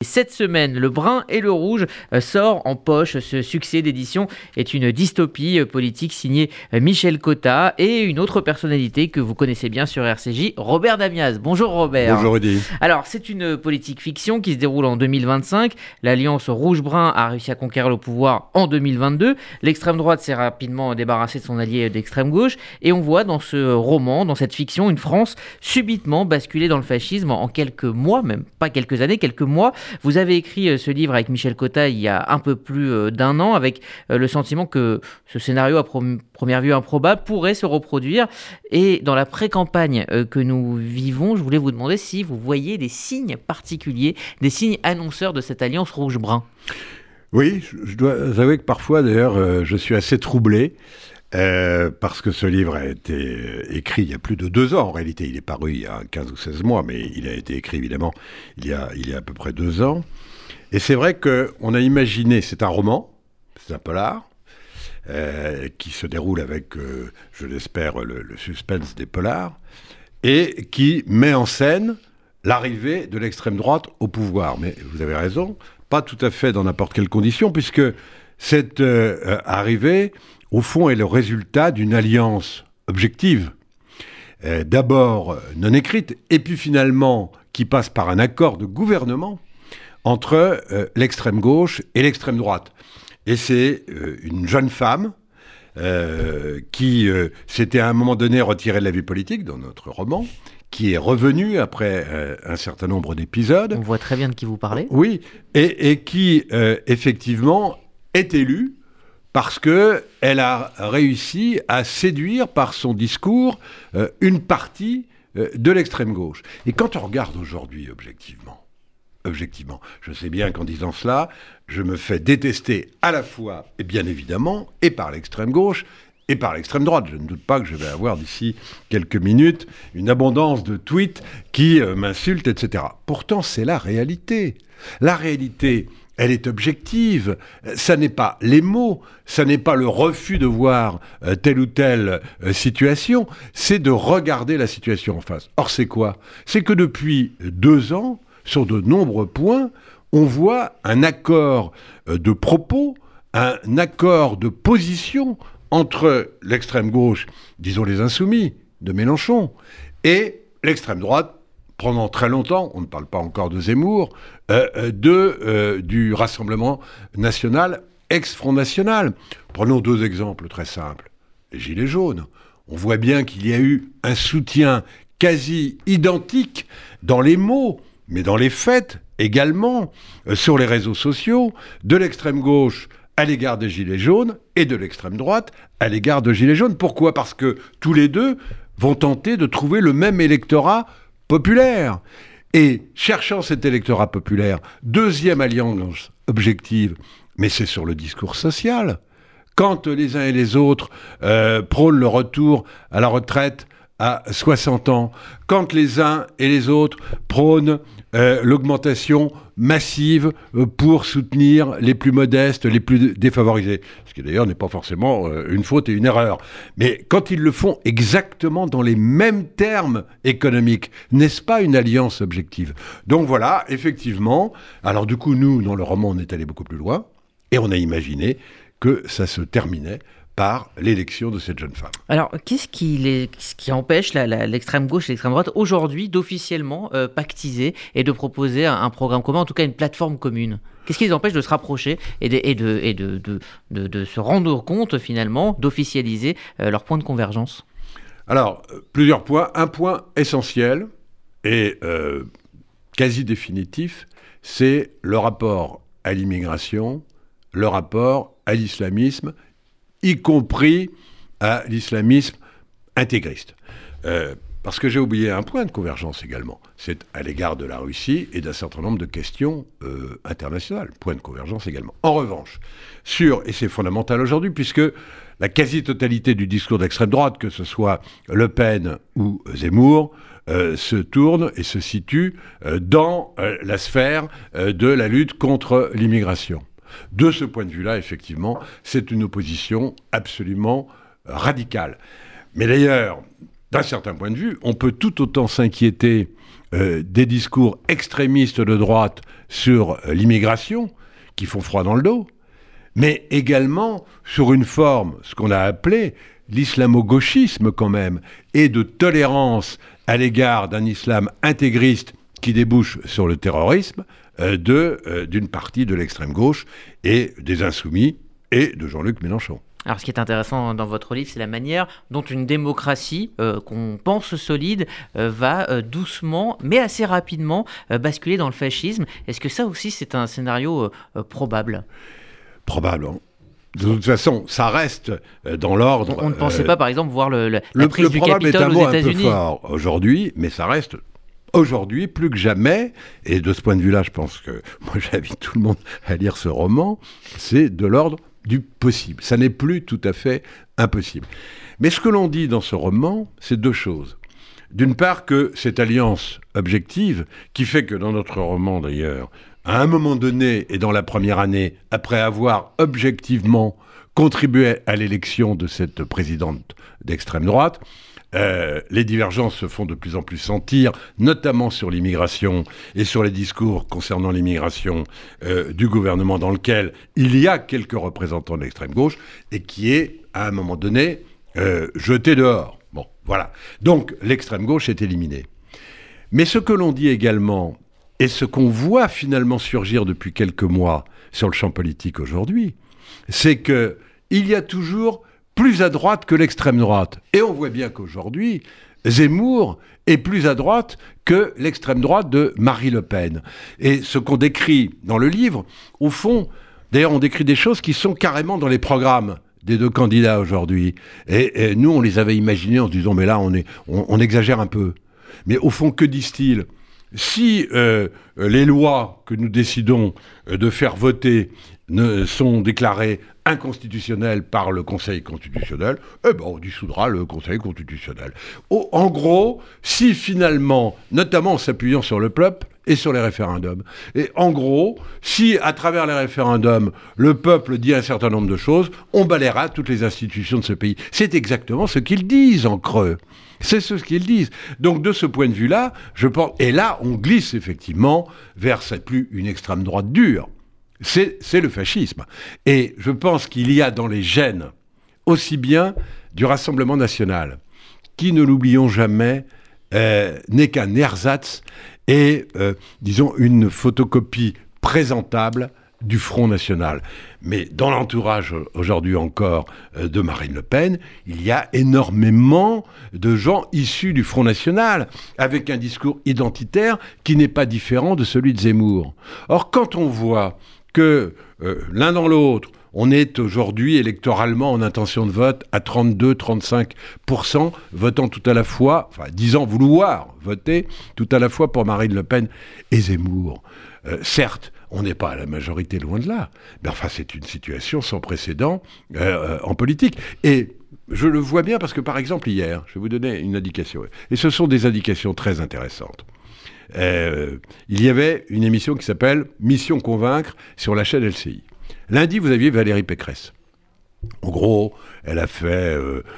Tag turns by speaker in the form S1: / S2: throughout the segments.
S1: cette semaine. Le Brun et le Rouge sort en poche. Ce succès d'édition est une dystopie politique signée Michel Cotta et une autre personnalité que vous connaissez bien sur RCJ, Robert Damiaz. Bonjour Robert.
S2: Bonjour Rudy.
S1: Alors, c'est une politique fiction qui se déroule en 2025. L'alliance rouge-brun a réussi à conquérir le pouvoir en 2022. L'extrême droite s'est rapidement débarrassée de son allié d'extrême gauche. Et on voit dans ce roman, dans cette fiction, une France subitement basculée dans le fascisme en quelques mois, même pas quelques années, quelques mois. Vous avez écrit ce livre avec Michel Cotta il y a un peu plus d'un an, avec le sentiment que ce scénario à première vue improbable pourrait se reproduire. Et dans la pré-campagne que nous vivons, je voulais vous demander si vous voyez des signes particuliers, des signes annonceurs de cette alliance rouge-brun.
S2: Oui, je dois avouer que parfois, d'ailleurs, je suis assez troublé. Parce que ce livre a été écrit il y a plus de 2 ans. En réalité, il est paru il y a 15 ou 16 mois, mais il a été écrit évidemment il y a à peu près 2 ans. Et c'est vrai qu'on a imaginé, c'est un roman, c'est un polar, qui se déroule avec, je l'espère, le suspense des polars, et qui met en scène l'arrivée de l'extrême droite au pouvoir. Mais vous avez raison, pas tout à fait dans n'importe quelle condition, puisque cette arrivée, au fond, est le résultat d'une alliance objective, d'abord non écrite, et puis finalement qui passe par un accord de gouvernement entre l'extrême gauche et l'extrême droite. Et c'est une jeune femme qui s'était à un moment donné retirée de la vie politique, dans notre roman, qui est revenue après un certain nombre d'épisodes.
S1: On voit très bien de qui vous parlez.
S2: Oui, et qui, effectivement, est élue parce qu'elle a réussi à séduire par son discours une partie de l'extrême gauche. Et quand on regarde aujourd'hui objectivement, je sais bien qu'en disant cela, je me fais détester à la fois, et bien évidemment, et par l'extrême gauche, et par l'extrême droite. Je ne doute pas que je vais avoir d'ici quelques minutes une abondance de tweets qui m'insultent, etc. Pourtant, c'est la réalité. La réalité, elle est objective. Ça n'est pas les mots, ça n'est pas le refus de voir telle ou telle situation, c'est de regarder la situation en face. Or, c'est quoi ? C'est que depuis 2 ans, sur de nombreux points, on voit un accord de propos, un accord de position entre l'extrême gauche, disons les insoumis, de Mélenchon, et l'extrême droite, pendant très longtemps, on ne parle pas encore de Zemmour, du Rassemblement national, ex-Front National. Prenons 2 exemples très simples. Les Gilets jaunes. On voit bien qu'il y a eu un soutien quasi identique dans les mots, mais dans les faits également, sur les réseaux sociaux, de l'extrême gauche à l'égard des Gilets jaunes et de l'extrême droite à l'égard de Gilets jaunes. Pourquoi ? Parce que tous les deux vont tenter de trouver le même électorat populaire. Et cherchant cet électorat populaire, deuxième alliance objective, mais c'est sur le discours social. Quand les uns et les autres prônent le retour à la retraite à 60 ans, quand les uns et les autres prônent l'augmentation massive pour soutenir les plus modestes, les plus défavorisés. Ce qui d'ailleurs n'est pas forcément une faute et une erreur. Mais quand ils le font exactement dans les mêmes termes économiques, n'est-ce pas une alliance objective ? Donc voilà, effectivement. Alors du coup, nous, dans le roman, on est allé beaucoup plus loin et on a imaginé que ça se terminait par l'élection de cette jeune femme.
S1: Alors, qu'est-ce qui empêche l'extrême gauche et l'extrême droite aujourd'hui d'officiellement pactiser et de proposer un programme commun, en tout cas une plateforme commune ? Qu'est-ce qui les empêche de se rapprocher et de se rendre compte finalement, d'officialiser leur point de convergence ?
S2: Alors, plusieurs points. Un point essentiel et quasi définitif, c'est le rapport à l'immigration, le rapport à l'islamisme, y compris à l'islamisme intégriste. Parce que j'ai oublié un point de convergence également. C'est à l'égard de la Russie et d'un certain nombre de questions internationales. Point de convergence également. En revanche, et c'est fondamental aujourd'hui, puisque la quasi-totalité du discours d'extrême droite, que ce soit Le Pen ou Zemmour, se tourne et se situe dans la sphère de la lutte contre l'immigration. De ce point de vue-là, effectivement, c'est une opposition absolument radicale. Mais d'ailleurs, d'un certain point de vue, on peut tout autant s'inquiéter des discours extrémistes de droite sur l'immigration, qui font froid dans le dos, mais également sur une forme, ce qu'on a appelé l'islamo-gauchisme quand même, et de tolérance à l'égard d'un islam intégriste qui débouche sur le terrorisme d'une partie de l'extrême gauche et des Insoumis et de Jean-Luc Mélenchon.
S1: Alors, ce qui est intéressant dans votre livre, c'est la manière dont une démocratie qu'on pense solide va doucement, mais assez rapidement, basculer dans le fascisme. Est-ce que ça aussi, c'est un scénario probable ?
S2: Probablement. De toute façon, ça reste dans l'ordre.
S1: On ne pensait pas, par exemple, voir la prise du Capitole aux États-Unis. Le probable est un mot un peu
S2: fort aujourd'hui, mais ça reste aujourd'hui plus que jamais. Et de ce point de vue-là, je pense que moi, j'invite tout le monde à lire ce roman. C'est de l'ordre du possible. Ça n'est plus tout à fait impossible. Mais ce que l'on dit dans ce roman, c'est deux choses. D'une part, que cette alliance objective, qui fait que dans notre roman d'ailleurs, à un moment donné, et dans la première année, après avoir objectivement contribué à l'élection de cette présidente d'extrême droite, les divergences se font de plus en plus sentir, notamment sur l'immigration et sur les discours concernant l'immigration du gouvernement dans lequel il y a quelques représentants de l'extrême gauche et qui est, à un moment donné, jeté dehors. Bon, voilà. Donc, l'extrême gauche est éliminée. Mais ce que l'on dit également, et ce qu'on voit finalement surgir depuis quelques mois sur le champ politique aujourd'hui, c'est qu'il y a toujours plus à droite que l'extrême droite. Et on voit bien qu'aujourd'hui, Zemmour est plus à droite que l'extrême droite de Marie Le Pen. Et ce qu'on décrit dans le livre, au fond, d'ailleurs on décrit des choses qui sont carrément dans les programmes des deux candidats aujourd'hui. Et nous, on les avait imaginés en se disant, mais là, on exagère un peu. Mais au fond, que disent-ils ? Si les lois que nous décidons de faire voter sont déclarées inconstitutionnelles par le Conseil constitutionnel, eh ben on dissoudra le Conseil constitutionnel. En gros, si finalement, notamment en s'appuyant sur le peuple et sur les référendums, et en gros, si à travers les référendums, le peuple dit un certain nombre de choses, on balayera toutes les institutions de ce pays. C'est exactement ce qu'ils disent en creux. C'est ce qu'ils disent. Donc de ce point de vue-là, je pense... Et là, on glisse effectivement vers, c'est plus une extrême droite dure. C'est le fascisme. Et je pense qu'il y a dans les gènes, aussi bien du Rassemblement national, qui, ne l'oublions jamais, n'est qu'un ersatz et, disons, une photocopie présentable du Front National. Mais dans l'entourage, aujourd'hui encore, de Marine Le Pen, il y a énormément de gens issus du Front National, avec un discours identitaire qui n'est pas différent de celui de Zemmour. Or, quand on voit que l'un dans l'autre, on est aujourd'hui électoralement en intention de vote à 32-35%, votant tout à la fois, enfin disant vouloir voter tout à la fois pour Marine Le Pen et Zemmour. Certes, on n'est pas à la majorité, loin de là, mais enfin c'est une situation sans précédent en politique. Et je le vois bien parce que par exemple hier, je vais vous donner une indication, et ce sont des indications très intéressantes. Il y avait une émission qui s'appelle Mission Convaincre sur la chaîne LCI. Lundi, vous aviez Valérie Pécresse. En gros, elle a fait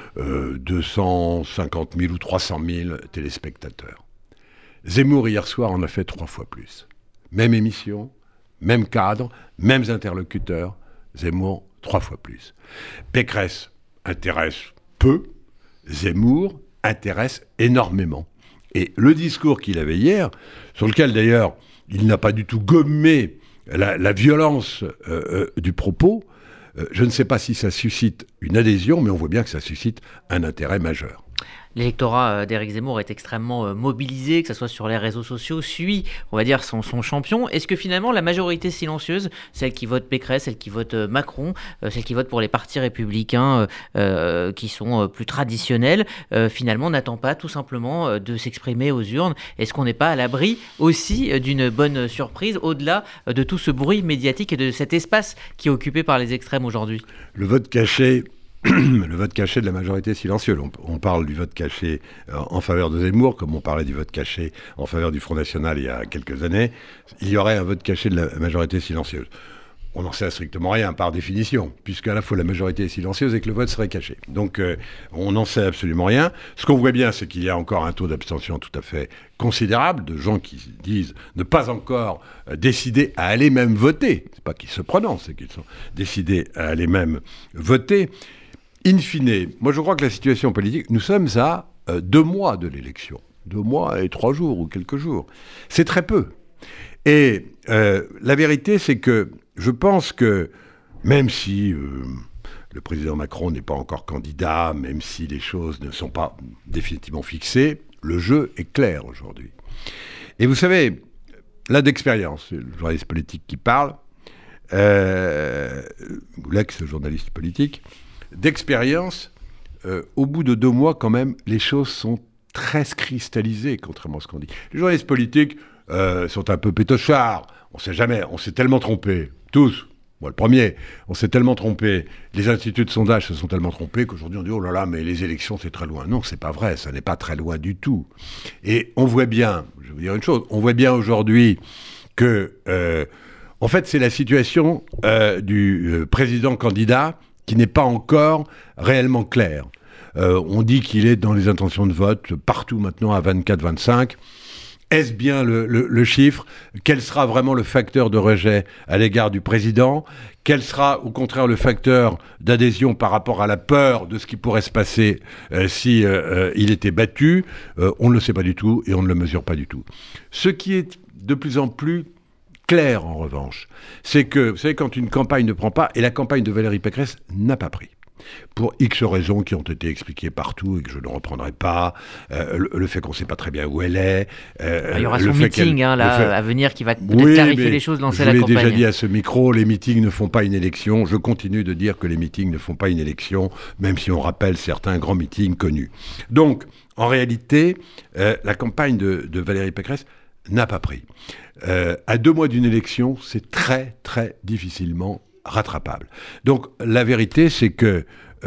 S2: 250 000 ou 300 000 téléspectateurs. Zemmour, hier soir, en a fait 3 fois plus. Même émission, même cadre, mêmes interlocuteurs. Zemmour, 3 fois plus. Pécresse intéresse peu. Zemmour intéresse énormément. Et le discours qu'il avait hier, sur lequel d'ailleurs il n'a pas du tout gommé la violence du propos, je ne sais pas si ça suscite une adhésion, mais on voit bien que ça suscite un intérêt majeur.
S1: L'électorat d'Éric Zemmour est extrêmement mobilisé, que ce soit sur les réseaux sociaux, suit, on va dire, son champion. Est-ce que finalement la majorité silencieuse, celle qui vote Pécresse, celle qui vote Macron, celle qui vote pour les partis républicains qui sont plus traditionnels, finalement n'attend pas tout simplement de s'exprimer aux urnes ? Est-ce qu'on n'est pas à l'abri aussi d'une bonne surprise au-delà de tout ce bruit médiatique et de cet espace qui est occupé par les extrêmes aujourd'hui ?
S2: Le vote caché... Le vote caché de la majorité silencieuse. On parle du vote caché en faveur de Zemmour, comme on parlait du vote caché en faveur du Front National il y a quelques années. Il y aurait un vote caché de la majorité silencieuse. on n'en sait strictement rien par définition, puisque à la fois la majorité est silencieuse et que le vote serait caché. Donc on n'en sait absolument rien. Ce qu'on voit bien, c'est qu'il y a encore un taux d'abstention tout à fait considérable de gens qui disent ne pas encore décider à aller même voter. C'est pas qu'ils se prononcent, c'est qu'ils sont décidés à aller même voter. In fine, moi je crois que la situation politique, nous sommes à 2 mois de l'élection. 2 mois et 3 jours ou quelques jours. C'est très peu. Et la vérité, c'est que je pense que, même si le président Macron n'est pas encore candidat, même si les choses ne sont pas définitivement fixées, le jeu est clair aujourd'hui. Et vous savez, là d'expérience, c'est le journaliste politique qui parle, ou l'ex-journaliste politique, d'expérience, au bout de 2 mois quand même, les choses sont très cristallisées, contrairement à ce qu'on dit. Les journalistes politiques sont un peu pétochards, on sait jamais, on s'est tellement trompé, tous, moi le premier, on s'est tellement trompé, les instituts de sondage se sont tellement trompés qu'aujourd'hui on dit oh là là, mais les élections c'est très loin. Non, c'est pas vrai, ça n'est pas très loin du tout. Et on voit bien, je vais vous dire une chose, on voit bien aujourd'hui que, en fait, c'est la situation du président candidat qui n'est pas encore réellement claire. On dit qu'il est dans les intentions de vote partout maintenant à 24-25. Est-ce bien le chiffre? Quel sera vraiment le facteur de rejet à l'égard du président? Quel sera au contraire le facteur d'adhésion par rapport à la peur de ce qui pourrait se passer si il était battu? On ne le sait pas du tout et on ne le mesure pas du tout. Ce qui est de plus en plus clair en revanche, c'est que, vous savez, quand une campagne ne prend pas, et la campagne de Valérie Pécresse n'a pas pris, pour X raisons qui ont été expliquées partout et que je ne reprendrai pas, le fait qu'on ne sait pas très bien où elle est.
S1: Il y aura son meeting à venir qui va peut-être clarifier les choses, lancer la campagne.
S2: Je l'ai déjà dit à ce micro, les meetings ne font pas une élection. Je continue de dire que les meetings ne font pas une élection, même si on rappelle certains grands meetings connus. Donc, en réalité, la campagne de Valérie Pécresse n'a pas pris. À 2 mois d'une élection, c'est très, très difficilement rattrapable. Donc la vérité, c'est que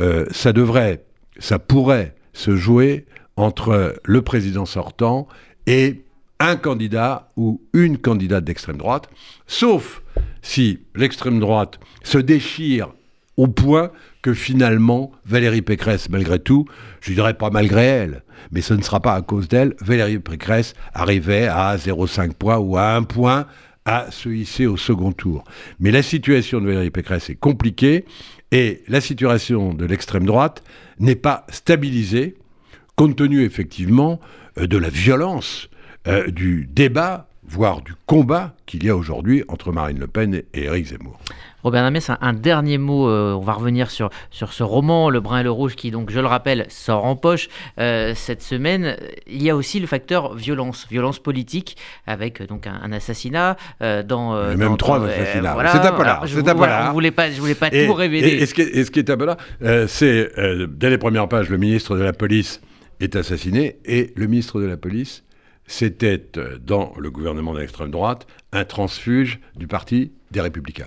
S2: ça pourrait se jouer entre le président sortant et un candidat ou une candidate d'extrême droite, sauf si l'extrême droite se déchire au point que finalement, Valérie Pécresse, malgré tout, je ne dirais pas malgré elle, mais ce ne sera pas à cause d'elle, Valérie Pécresse arrivait à 0,5 points ou à 1 point à se hisser au second tour. Mais la situation de Valérie Pécresse est compliquée et la situation de l'extrême droite n'est pas stabilisée, compte tenu effectivement de la violence du débat, voire du combat qu'il y a aujourd'hui entre Marine Le Pen et Éric Zemmour.
S1: Robert Namès, un dernier mot, on va revenir sur ce roman, Le Brun et le Rouge, qui donc, je le rappelle, sort en poche cette semaine. Il y a aussi le facteur violence politique, avec donc un assassinat.
S2: Même 3 assassinats.
S1: Voilà.
S2: C'est un peu là.
S1: Je voulais pas tout révéler.
S2: Et ce qui est un peu là, c'est, dès les premières pages, le ministre de la Police est assassiné, et le ministre de la Police, c'était, dans le gouvernement de l'extrême droite, un transfuge du parti des Républicains.